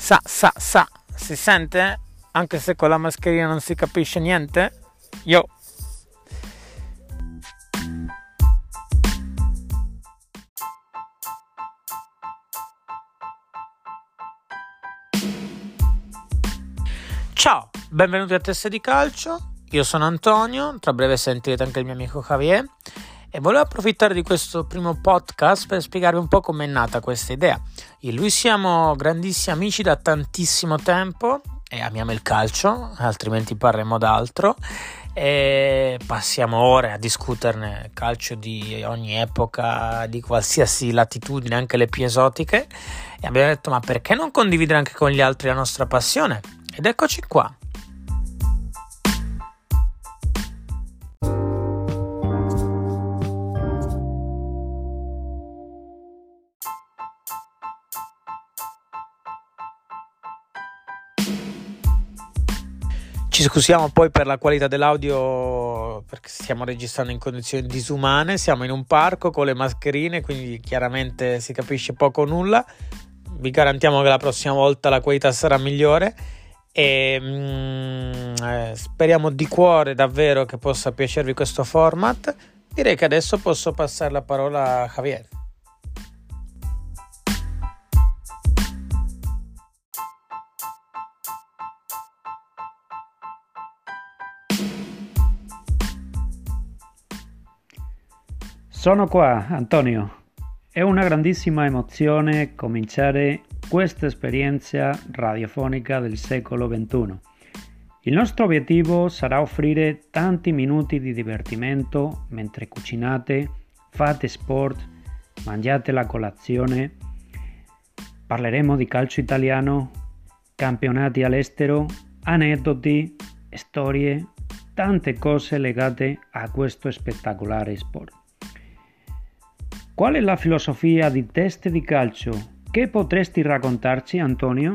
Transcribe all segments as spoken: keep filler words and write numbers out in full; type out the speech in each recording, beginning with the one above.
Sa, sa, sa, si sente? Anche se con la mascherina non si capisce niente? Yo! Ciao, benvenuti a Teste di Calcio, io sono Antonio, tra breve sentirete anche il mio amico Javier e volevo approfittare di questo primo podcast per spiegarvi un po' com'è nata questa idea. Io e lui siamo grandissimi amici da tantissimo tempo e amiamo il calcio, altrimenti parleremo d'altro e passiamo ore a discuterne calcio di ogni epoca, di qualsiasi latitudine, anche le più esotiche, e abbiamo detto ma perché non condividere anche con gli altri la nostra passione? Ed eccoci qua. Ci scusiamo poi per la qualità dell'audio perché stiamo registrando in condizioni disumane, siamo in un parco con le mascherine, quindi chiaramente si capisce poco o nulla. Vi garantiamo che la prossima volta la qualità sarà migliore e mm, eh, speriamo di cuore davvero che possa piacervi questo format. Direi che adesso posso passare la parola a Javier. Sono qua, Antonio. È una grandissima emozione cominciare questa esperienza radiofonica del secolo ventuno. Il nostro obiettivo sarà offrire tanti minuti di divertimento mentre cucinate, fate sport, mangiate la colazione. Parleremo di calcio italiano, campionati all'estero, aneddoti, storie, tante cose legate a questo spettacolare sport. Qual è la filosofia di Teste di Calcio? Che potresti raccontarci, Antonio?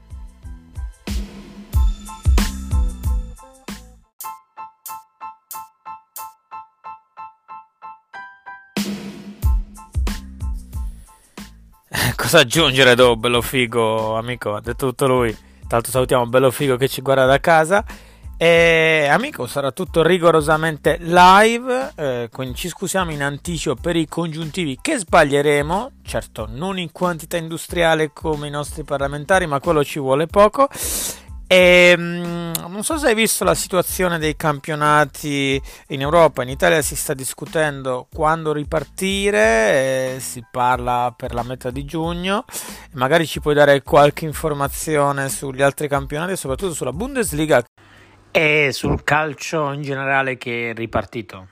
Cosa aggiungere dopo Bello Figo, amico? Ha detto tutto lui. Tra l'altro salutiamo Bello Figo che ci guarda da casa. E amico, sarà tutto rigorosamente live, eh, quindi ci scusiamo in anticipo per i congiuntivi che sbaglieremo, certo non in quantità industriale come i nostri parlamentari, ma quello ci vuole poco. E mh, non so se hai visto la situazione dei campionati in Europa. In Italia si sta discutendo quando ripartire, eh, si parla per la metà di giugno. Magari ci puoi dare qualche informazione sugli altri campionati e soprattutto sulla Bundesliga e sul calcio in generale che è ripartito.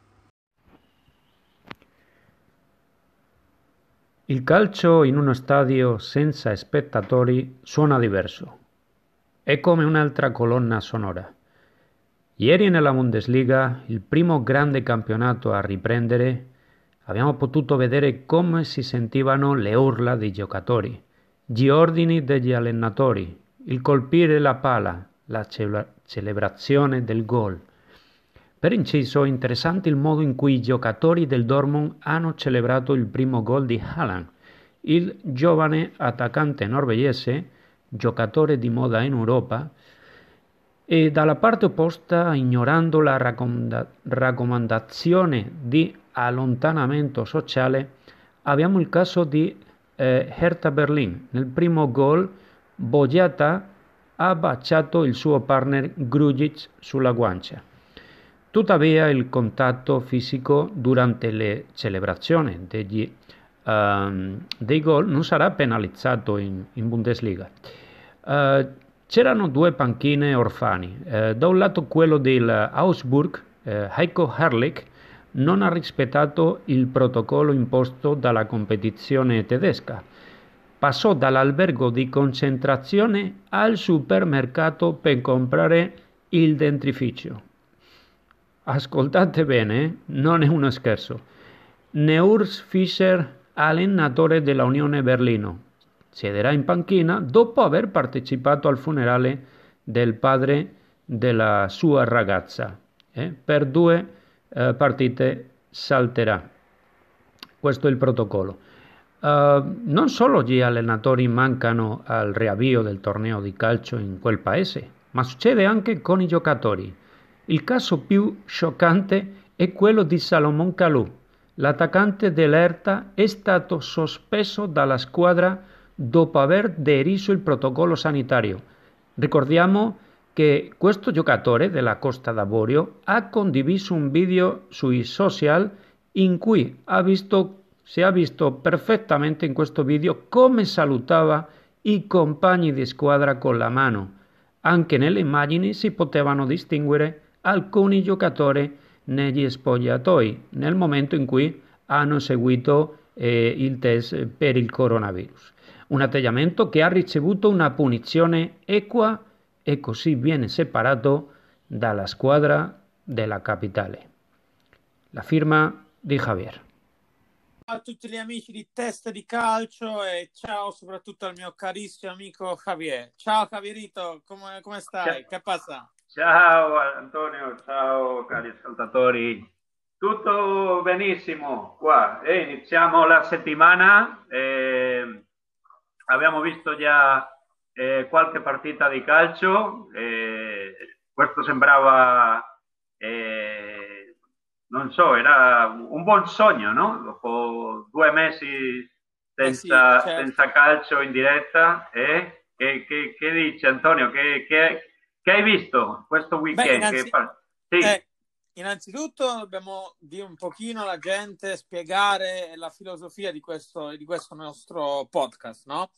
Il calcio in uno stadio senza spettatori suona diverso. È come un'altra colonna sonora. Ieri nella Bundesliga, il primo grande campionato a riprendere, abbiamo potuto vedere come si sentivano le urla dei giocatori, gli ordini degli allenatori, il colpire la palla, la celebrazione del gol. Per inciso, interessante il modo in cui i giocatori del Dortmund hanno celebrato il primo gol di Haaland, il giovane attaccante norvegese, giocatore di moda in Europa, e dalla parte opposta, ignorando la raccomanda- raccomandazione di allontanamento sociale, abbiamo il caso di eh, Hertha Berlin. Nel primo gol, Boyata ha baciato il suo partner Grujic sulla guancia. Tuttavia il contatto fisico durante le celebrazioni degli, um, dei gol non sarà penalizzato in, in Bundesliga. Uh, c'erano due panchine orfani. Uh, da un lato quello del Augsburg, uh, Heiko Herrlich, non ha rispettato il protocollo imposto dalla competizione tedesca. Passò dall'albergo di concentrazione al supermercato per comprare il dentrificio. Ascoltate bene, non è uno scherzo. Urs Fischer, allenatore della Unione Berlino, siederà in panchina dopo aver partecipato al funerale del padre della sua ragazza. Eh? Per due eh, partite salterà. Questo è il protocollo. Uh, non solo gli allenatori mancano al riavvio del torneo di calcio in quel paese, ma succede anche con i giocatori. Il caso più scioccante è quello di Salomon Kalou. L'attaccante dell'Erta è stato sospeso dalla squadra dopo aver deriso il protocollo sanitario. Ricordiamo che questo giocatore della Costa d'Avorio ha condiviso un video sui social in cui ha visto si è visto perfettamente in questo video come salutava i compagni di squadra con la mano. Anche nelle immagini si potevano distinguere alcuni giocatori negli spogliatoi nel momento in cui hanno eseguito eh, il test per il coronavirus. Un atteggiamento che ha ricevuto una punizione equa e così viene separato dalla squadra della capitale. La firma di Javier. Ciao a tutti gli amici di Teste di Calcio e ciao soprattutto al mio carissimo amico Javier. Ciao Javierito, come, come stai? Ciao. Che passa? Ciao Antonio, ciao cari ascoltatori. Tutto benissimo qua. Eh, iniziamo la settimana. Eh, abbiamo visto già eh, qualche partita di calcio. Eh, questo sembrava... Eh, non so, era un buon sogno, no? Dopo due mesi senza, eh sì, certo. senza calcio in diretta, eh? che, che, che dici Antonio? Che, che, che hai visto questo weekend? Beh, innanzi... che... sì. eh, innanzitutto dobbiamo dire un pochino alla gente, spiegare la filosofia di questo, di questo nostro podcast, no?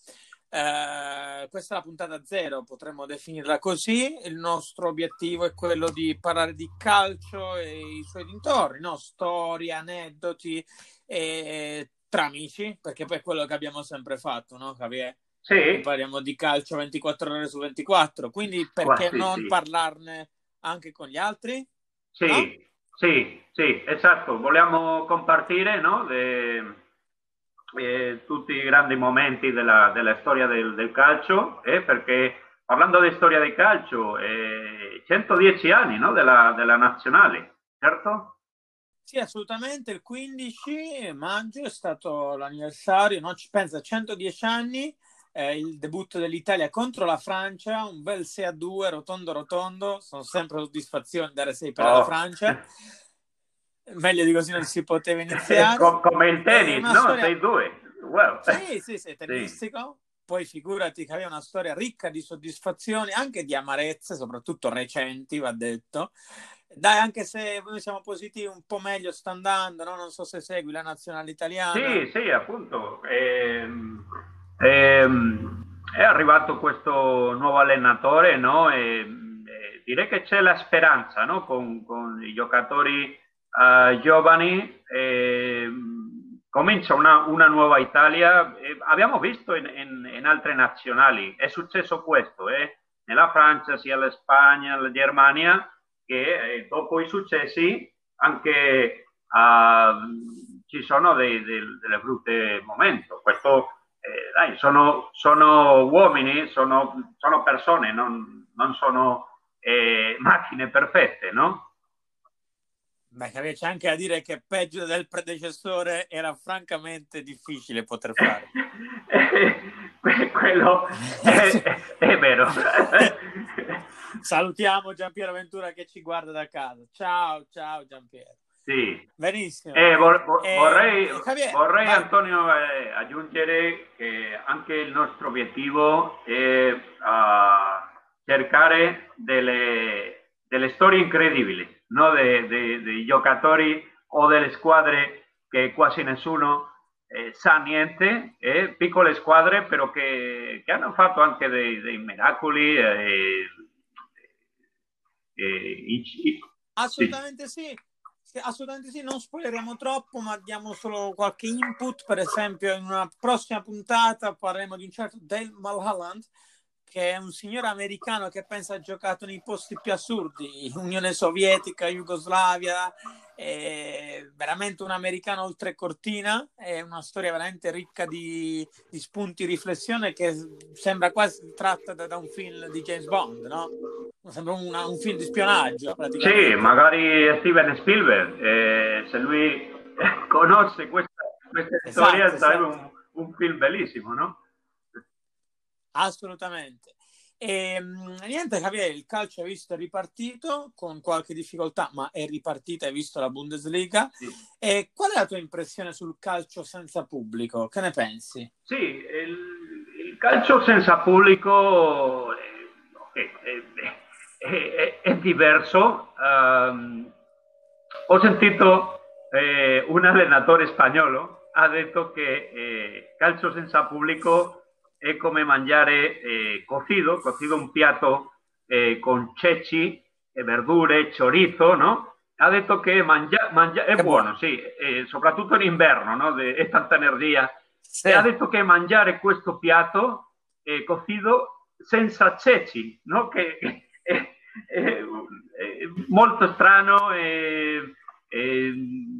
Eh, questa è la puntata zero, potremmo definirla così. Il nostro obiettivo è quello di parlare di calcio e i suoi dintorni, no? Storie, aneddoti e... tra amici, perché poi è quello che abbiamo sempre fatto, no, Javier? Sì. Parliamo di calcio ventiquattro ore su ventiquattro, quindi perché sì, non sì. parlarne anche con gli altri? Sì, no? sì, sì, esatto. Vogliamo compartire, no? Le... Eh, tutti i grandi momenti della, della storia del, del calcio, eh, perché parlando di storia del calcio, eh, centodieci anni, no? della, della nazionale, certo? Sì, assolutamente. Il quindici maggio è stato l'anniversario, no? Ci pensa, centodieci anni, eh, il debutto dell'Italia contro la Francia, un bel sei a due, rotondo rotondo, sono sempre soddisfazione dare sei per oh. la Francia. Meglio di così non si poteva iniziare. Come il tennis, no? Storia... sei due. Wow. Sì, sì, sei tennistico. Sì. Poi figurati che aveva una storia ricca di soddisfazioni, anche di amarezze, soprattutto recenti, va detto. Dai, anche se noi siamo positivi, un po' meglio sta andando, no? Non so se segui la nazionale italiana. Sì, sì, appunto. Ehm, ehm, è arrivato questo nuovo allenatore, no? E, e direi che c'è la speranza, no? Con, con i giocatori Uh, giovani, eh, comincia una, una nuova Italia. Eh, abbiamo visto in, in, in altre nazionali, è successo questo, eh, nella Francia, sia la Spagna, la Germania, che eh, dopo i successi anche uh, ci sono dei, dei, delle brutte momenti. Questo, eh, dai, sono, sono uomini, sono, sono persone, non, non sono eh, macchine perfette, no? Beh, c'è anche da dire che peggio del predecessore era francamente difficile poter fare. Quello è, è vero. Salutiamo Giampiero Ventura che ci guarda da casa. Ciao, ciao Giampiero. Sì. Benissimo. Eh, vor, vor, eh, vorrei, Javier, vorrei Antonio, eh, aggiungere che anche il nostro obiettivo è uh, cercare delle, delle storie incredibili. No, dei giocatori o delle squadre che quasi nessuno eh, sa niente, eh, piccole squadre però che, che hanno fatto anche dei, dei miracoli. Eh, eh, i, assolutamente sì. sì, assolutamente sì, non spoileriamo troppo, ma diamo solo qualche input. Per esempio in una prossima puntata parleremo di un certo Dale Mulholland, che è un signore americano che pensa ha giocato nei posti più assurdi, Unione Sovietica, Jugoslavia, è veramente un americano oltre cortina, è una storia veramente ricca di, di spunti di riflessione che sembra quasi tratta da, da un film di James Bond, no? Sembra una, un film di spionaggio praticamente. Sì, magari Steven Spielberg, eh, se lui conosce questa, questa esatto, storia esatto. sarebbe un, un film bellissimo, no? Assolutamente. E, mh, niente, Javier, il calcio è visto è ripartito con qualche difficoltà, ma è ripartita, hai visto la Bundesliga. Sì. E qual è la tua impressione sul calcio senza pubblico? Che ne pensi? Sì, il, il calcio senza pubblico è, è, è, è, è diverso. Um, ho sentito eh, un allenatore spagnolo ha detto che eh, calcio senza pubblico è come mangiare eh, cocido, cocido un piatto eh, con ceci, e verdure, chorizo, no? Ha detto che mangia, mangia, è Che buono, buono. sì, eh, soprattutto in inverno, no? De, è tanta energia. E ha Sì. detto che mangiare questo piatto eh, cocido senza ceci, no? Che è, è, è molto strano e, e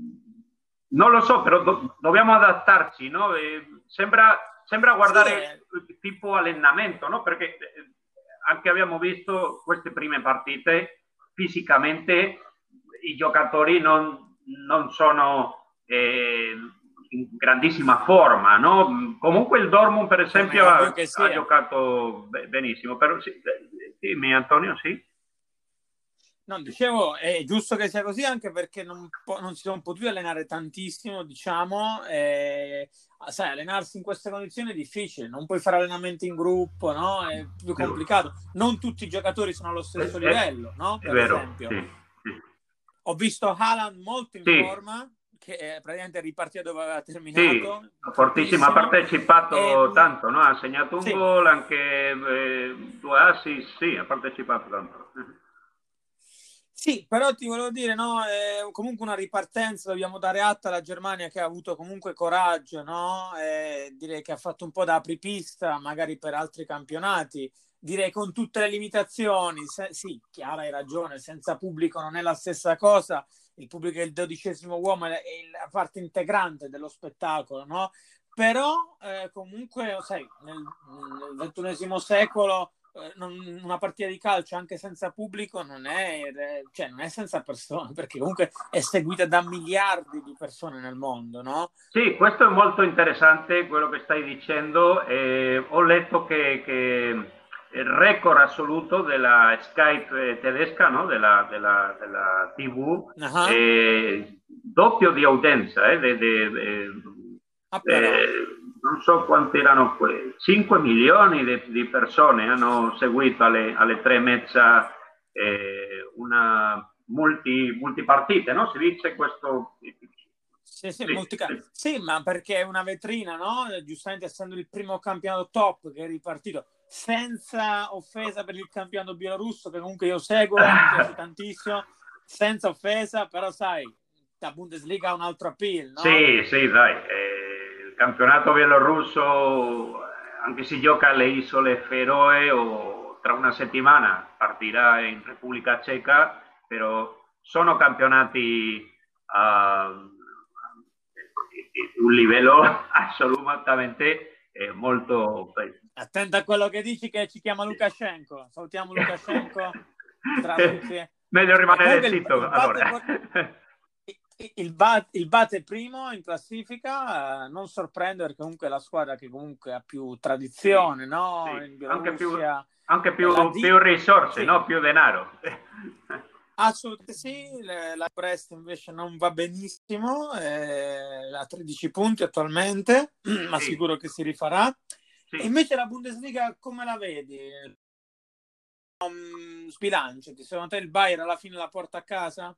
non lo so, però do, dobbiamo adattarci, no? E sembra, sembra Sì, guardare è... tipo allenamento, no? Perché anche abbiamo visto queste prime partite, fisicamente i giocatori non, non sono eh, in grandissima forma, no? Comunque il Dortmund, per come esempio, è ovvio ha, che ha sia. giocato benissimo. Però sì, dimmi Antonio, sì? No, dicevo, è giusto che sia così anche perché non, po- non si sono potuti allenare tantissimo, diciamo, e, sai, allenarsi in queste condizioni è difficile, non puoi fare allenamenti in gruppo, no? È più complicato. Non tutti i giocatori sono allo È, stesso è, livello, no? è Per vero, esempio, sì, sì. ho visto Haaland molto in Sì, forma, che è praticamente ripartito dove aveva sì, terminato, fortissimo, ha fortissimo. E, partecipato tanto, no? Ha segnato un sì, gol, anche eh, due assist, sì, ha partecipato tanto. sì, però ti volevo dire, no, è comunque una ripartenza, dobbiamo dare atto alla Germania che ha avuto comunque coraggio, no? E direi che ha fatto un po' da apripista, magari per altri campionati. Direi con tutte le limitazioni, se, sì, chiaro, hai ragione, senza pubblico non è la stessa cosa, il pubblico è il dodicesimo uomo, è la parte integrante dello spettacolo, no? Però eh, comunque, sai, nel, nel ventunesimo secolo una partita di calcio anche senza pubblico non è, cioè, non è senza persone, perché comunque è seguita da miliardi di persone nel mondo, no? Sì, questo è molto interessante quello che stai dicendo. Eh, ho letto che, che il record assoluto della Skype tedesca, no? della, della, della T V, Uh-huh. è doppio di utenza, eh, de, de, de, Ah, però. eh, non so quanti erano, cinque milioni di, di persone hanno seguito alle, alle tre e mezza eh, una multi, multipartite, no? Si dice questo. Sì, sì, Sì, molti ca- sì. sì, ma perché è una vetrina, no? Giustamente essendo il primo campionato top che è ripartito, senza offesa per il campionato bielorusso, che comunque io seguo, mi piace tantissimo, senza offesa, però sai, la Bundesliga ha un altro appeal, no? Sì, sì, dai, eh, il campionato bielorusso, eh, anche si gioca alle isole Feroe o tra una settimana partirà in Repubblica Ceca, però sono campionati a un livello assolutamente eh, molto. Attenta a quello che dici che ci chiama Lukashenko. Salutiamo Lukashenko. Здравствуйте. Meglio Eh, rimanere comunque il, zitto, il, Bate, allora. il, Bate, il Bate primo in classifica, eh, non sorprende perché comunque è la squadra che comunque ha più Sì, tradizione, no? sì, In anche più, Bielorussia anche è la più, D. più risorse, Sì, no? Più denaro. assolutamente sì. La Brest invece non va benissimo, eh, ha tredici punti attualmente, ma Sì, sicuro che si rifarà. E sì. invece la Bundesliga come la vedi? Sbilanciati, secondo te il Bayern alla fine la porta a casa?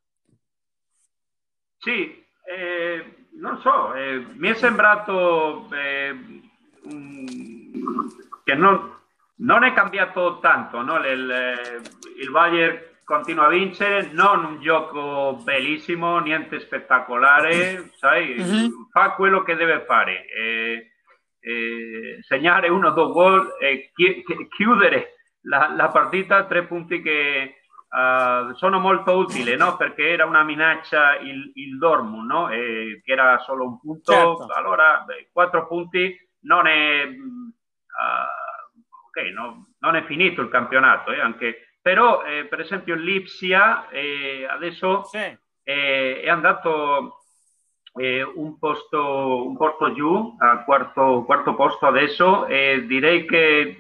Sì, eh, non so, eh, mi è sembrato eh, mm, che non, non è cambiato tanto, no? Il, il Bayern continua a vincere, non un gioco bellissimo, niente spettacolare, sai, Mhm. fa quello che deve fare, eh, eh, segnare uno o due gol e chi- chiudere la, la partita, tre punti che Uh, sono molto utili, no? Perché era una minaccia il, il Dortmund, no? E, che era solo un punto, Certo. allora beh, quattro punti non è, uh, okay, no? Non è finito il campionato, eh? Anche, però eh, per esempio l'Ipsia eh, adesso Sì. eh, è andato eh, un, posto, un posto giù, al quarto, quarto posto adesso, e direi che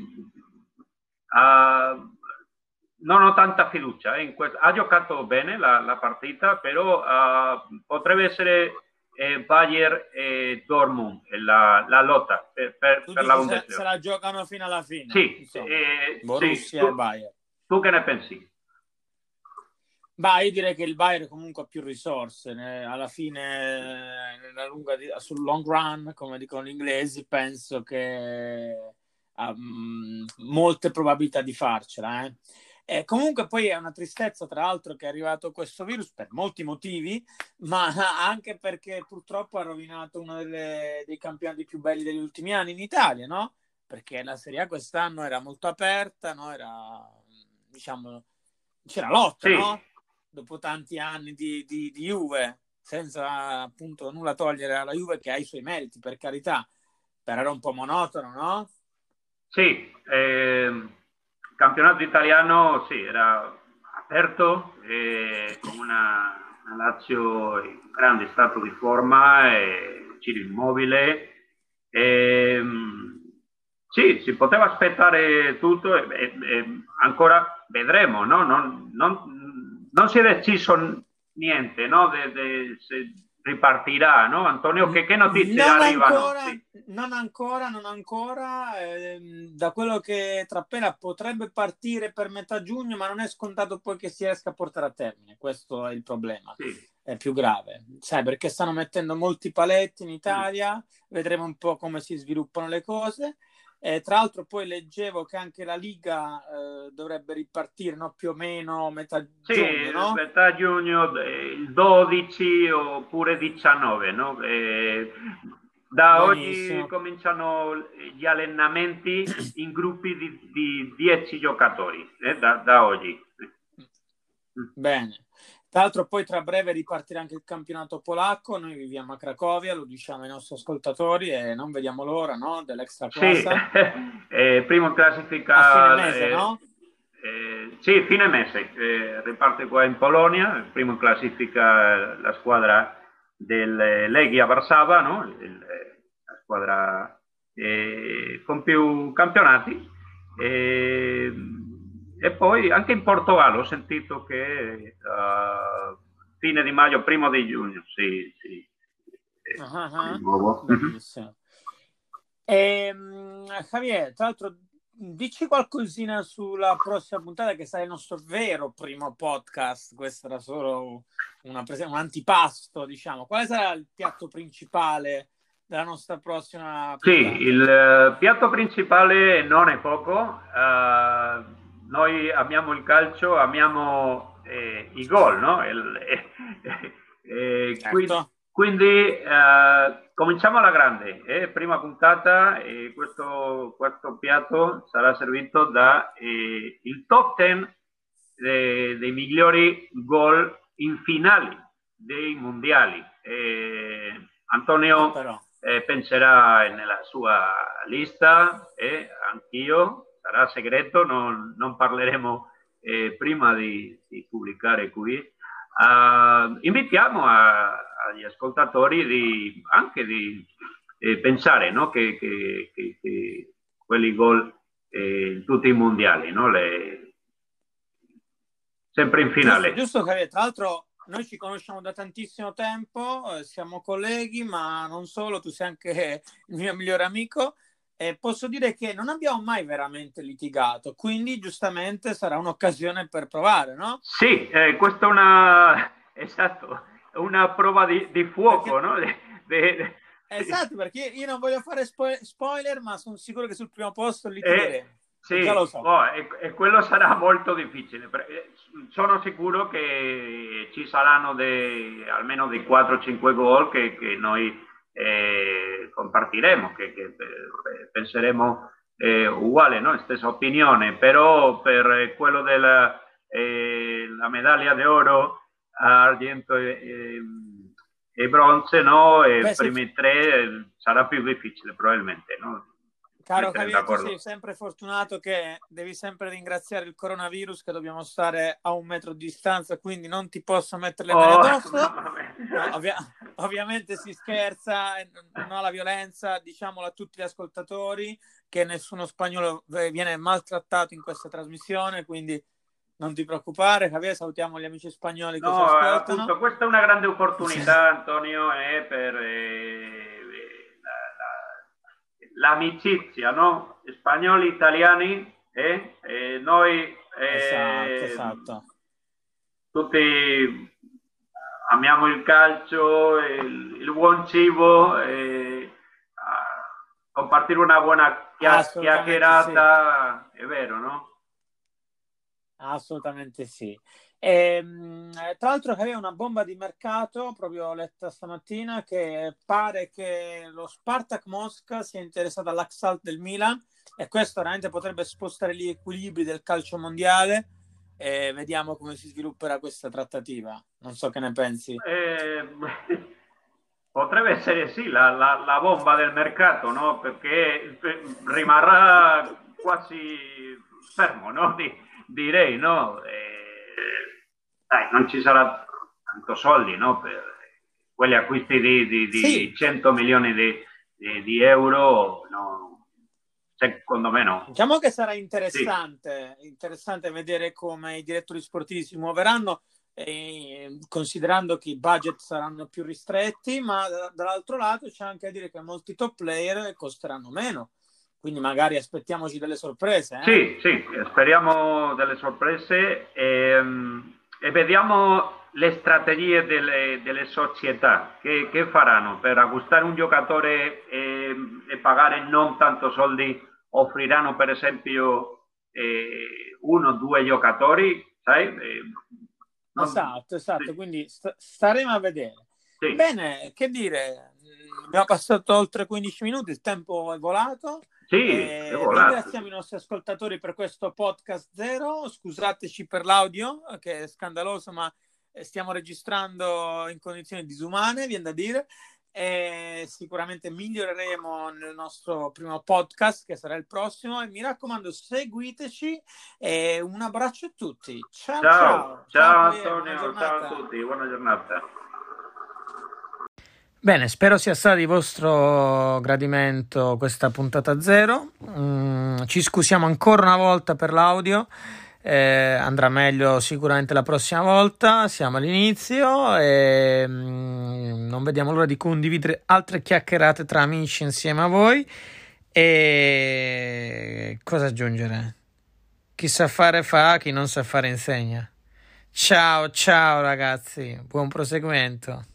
uh, non ho tanta fiducia. Eh, in questo. Ha giocato bene la, la partita, però uh, potrebbe essere eh, Bayern e Dortmund la, la lotta per, per, Tu per la dici se, Bundesliga. se la giocano fino alla fine, Sì, insomma, eh, Borussia sì. Tu, e Bayern. tu che ne pensi? Bah, io direi che il Bayern comunque ha più risorse, né? Alla fine, nella lunga, sul long run, come dicono gli inglesi, penso che ha um, molte probabilità di farcela. Eh. E comunque poi è una tristezza, tra l'altro, che è arrivato questo virus per molti motivi, ma anche perché purtroppo ha rovinato uno delle, dei campionati più belli degli ultimi anni in Italia, no? Perché la Serie A quest'anno era molto aperta, no? Era, diciamo, c'era lotta, Sì. no? Dopo tanti anni di, di, di Juve, senza appunto nulla togliere alla Juve che ha i suoi meriti, per carità, però era un po' monotono, no? Sì, eh, il campionato italiano sì, era aperto, eh, con una, una Lazio in grande stato di forma, e Ciro Immobile. Eh, sì, si poteva aspettare tutto, e, e, e ancora vedremo, no? Non, non, non si è deciso niente, no? De, de, se ripartirà, no? Antonio, che, che notizie non arrivano? Ancora, Sì. non ancora, non ancora. Ehm, da quello che Trappera potrebbe partire per metà giugno, ma non è scontato poi che si riesca a portare a termine. Questo è il problema. Sì. È più grave, sai, perché stanno mettendo molti paletti in Italia. Mm. Vedremo un po' come si sviluppano le cose. Eh, tra l'altro poi leggevo che anche la Liga eh, dovrebbe ripartire, no? Più o meno metà sì, giugno, no? metà giugno, il dodici oppure diciannove, no? Eh, da Benissimo. oggi cominciano gli allenamenti in gruppi di, di dieci giocatori, eh, da, da oggi. Bene. Tra l'altro poi tra breve ripartirà anche il campionato polacco, noi viviamo a Cracovia, lo diciamo ai nostri ascoltatori e non vediamo l'ora, no? Dell'extra classa. Sì, eh, primo in classifica... A fine mese, eh, no? eh, sì, fine mese, eh, riparte qua in Polonia, primo in classifica la squadra del Legia Varsava, no? Il, la squadra eh, con più campionati. E, e poi anche in Portogallo ho sentito che uh, fine di maggio, primo di giugno, sì, sì. Uh-huh. Di nuovo. Benissimo. E, um, Javier, tra l'altro, dici qualcosina sulla prossima puntata, che sarà il nostro vero primo podcast. Questo era solo una pres- un antipasto, diciamo. Quale sarà il piatto principale della nostra prossima puntata? Sì, il uh, piatto principale non è poco. Uh, noi amiamo il calcio, amiamo eh, i gol, no? Il, eh, eh, certo. Quindi, quindi eh, cominciamo alla grande. Eh? Prima puntata, e questo, questo piatto sarà servito da eh, il top dieci de, dei migliori gol in finali dei mondiali. Eh, Antonio ah, eh, penserà nella sua lista, e eh, anch'io, sarà segreto, non, non parleremo eh, prima di, di pubblicare qui. Uh, invitiamo a, agli ascoltatori di, anche di eh, pensare, no? che, che, che, che quelli gol eh, in tutti i mondiali, no? Le... sempre in finale. Giusto, giusto, Javier. Tra l'altro noi ci conosciamo da tantissimo tempo, eh, siamo colleghi, ma non solo, tu sei anche il mio migliore amico. E posso dire che non abbiamo mai veramente litigato, quindi giustamente sarà un'occasione per provare, no? Sì, eh, questa è una, esatto, una prova di, di fuoco, perché... no? De, de... Esatto, perché io non voglio fare spo- spoiler, ma sono sicuro che sul primo posto litigheremo. Eh, sì, già lo so. oh, e, e quello sarà molto difficile. Sono sicuro che ci saranno de, almeno dei quattro cinque gol che, che noi eh, compartiremo, che, che penseremo eh, uguale, no? Stessa opinione, però per quello della eh, la medaglia d'oro, argento e, e bronze, no? E Beh, primi sì. tre sarà più difficile probabilmente, no? Caro Javier, tu sei sempre fortunato che devi sempre ringraziare il coronavirus, che dobbiamo stare a un metro di distanza, quindi non ti posso mettere le mani oh, addosso. mamma mia. No, ovvia- ovviamente si scherza, eh, non ho la violenza, diciamolo a tutti gli ascoltatori che nessuno spagnolo eh, viene maltrattato in questa trasmissione, quindi non ti preoccupare, Javier, salutiamo gli amici spagnoli che ci No, eh, ascoltano. appunto, questa è una grande opportunità, Antonio, eh, per eh, la- la- l'amicizia, no? Spagnoli, italiani, eh? E noi Esatto, eh, esatto. tutti amiamo il calcio, il, il buon cibo, e, ah, compartire una buona chia- Assolutamente sì. chiacchierata, è vero, no? Assolutamente sì. Ehm, tra l'altro che aveva una bomba di mercato, proprio letta stamattina, che pare che lo Spartak Mosca sia interessato all'Axalt del Milan e questo veramente potrebbe spostare gli equilibri del calcio mondiale e vediamo come si svilupperà questa trattativa. Non so che ne pensi. Eh, potrebbe essere sì la, la, la bomba del mercato, no? Perché rimarrà quasi fermo, no? Di, direi, no? Eh, dai, non ci sarà tanto soldi, no? Per quegli acquisti di, di, di Sì, cento milioni di, di, di euro, no? Secondo me no. diciamo che sarà Sì. interessante, interessante vedere come i direttori sportivi si muoveranno, eh, considerando che i budget saranno più ristretti, ma d- dall'altro lato c'è anche a dire che molti top player costeranno meno, quindi magari aspettiamoci delle sorprese, eh? Sì, sì, speriamo delle sorprese e, e vediamo le strategie delle, delle società che, che faranno per acquistare un giocatore e, e pagare non tanto soldi, offriranno per esempio eh, uno o due giocatori, sai? Eh, non- Esatto, esatto, sì, quindi sta- staremo a vedere. sì, Bene, che dire, mm, abbiamo passato oltre quindici minuti, il tempo è volato. sì, è Eh, volato. ringraziamo i nostri ascoltatori per questo podcast zero. Scusateci per l'audio, che è scandaloso, ma eh, stiamo registrando in condizioni disumane, viene da dire. E sicuramente miglioreremo nel nostro primo podcast, che sarà il prossimo. E mi raccomando, seguiteci. E un abbraccio a tutti. Ciao Ciao, ciao. Ciao ciao Javier, buona Antonio, ciao a giornata. tutti, buona giornata. Bene, spero sia stato di vostro gradimento questa puntata zero. Mm, ci scusiamo ancora una volta per l'audio, eh, andrà meglio sicuramente la prossima volta. Siamo all'inizio e mm, non vediamo l'ora di condividere altre chiacchierate tra amici insieme a voi. E cosa aggiungere? Chi sa fare fa, chi non sa fare insegna. Ciao ciao ragazzi, buon proseguimento.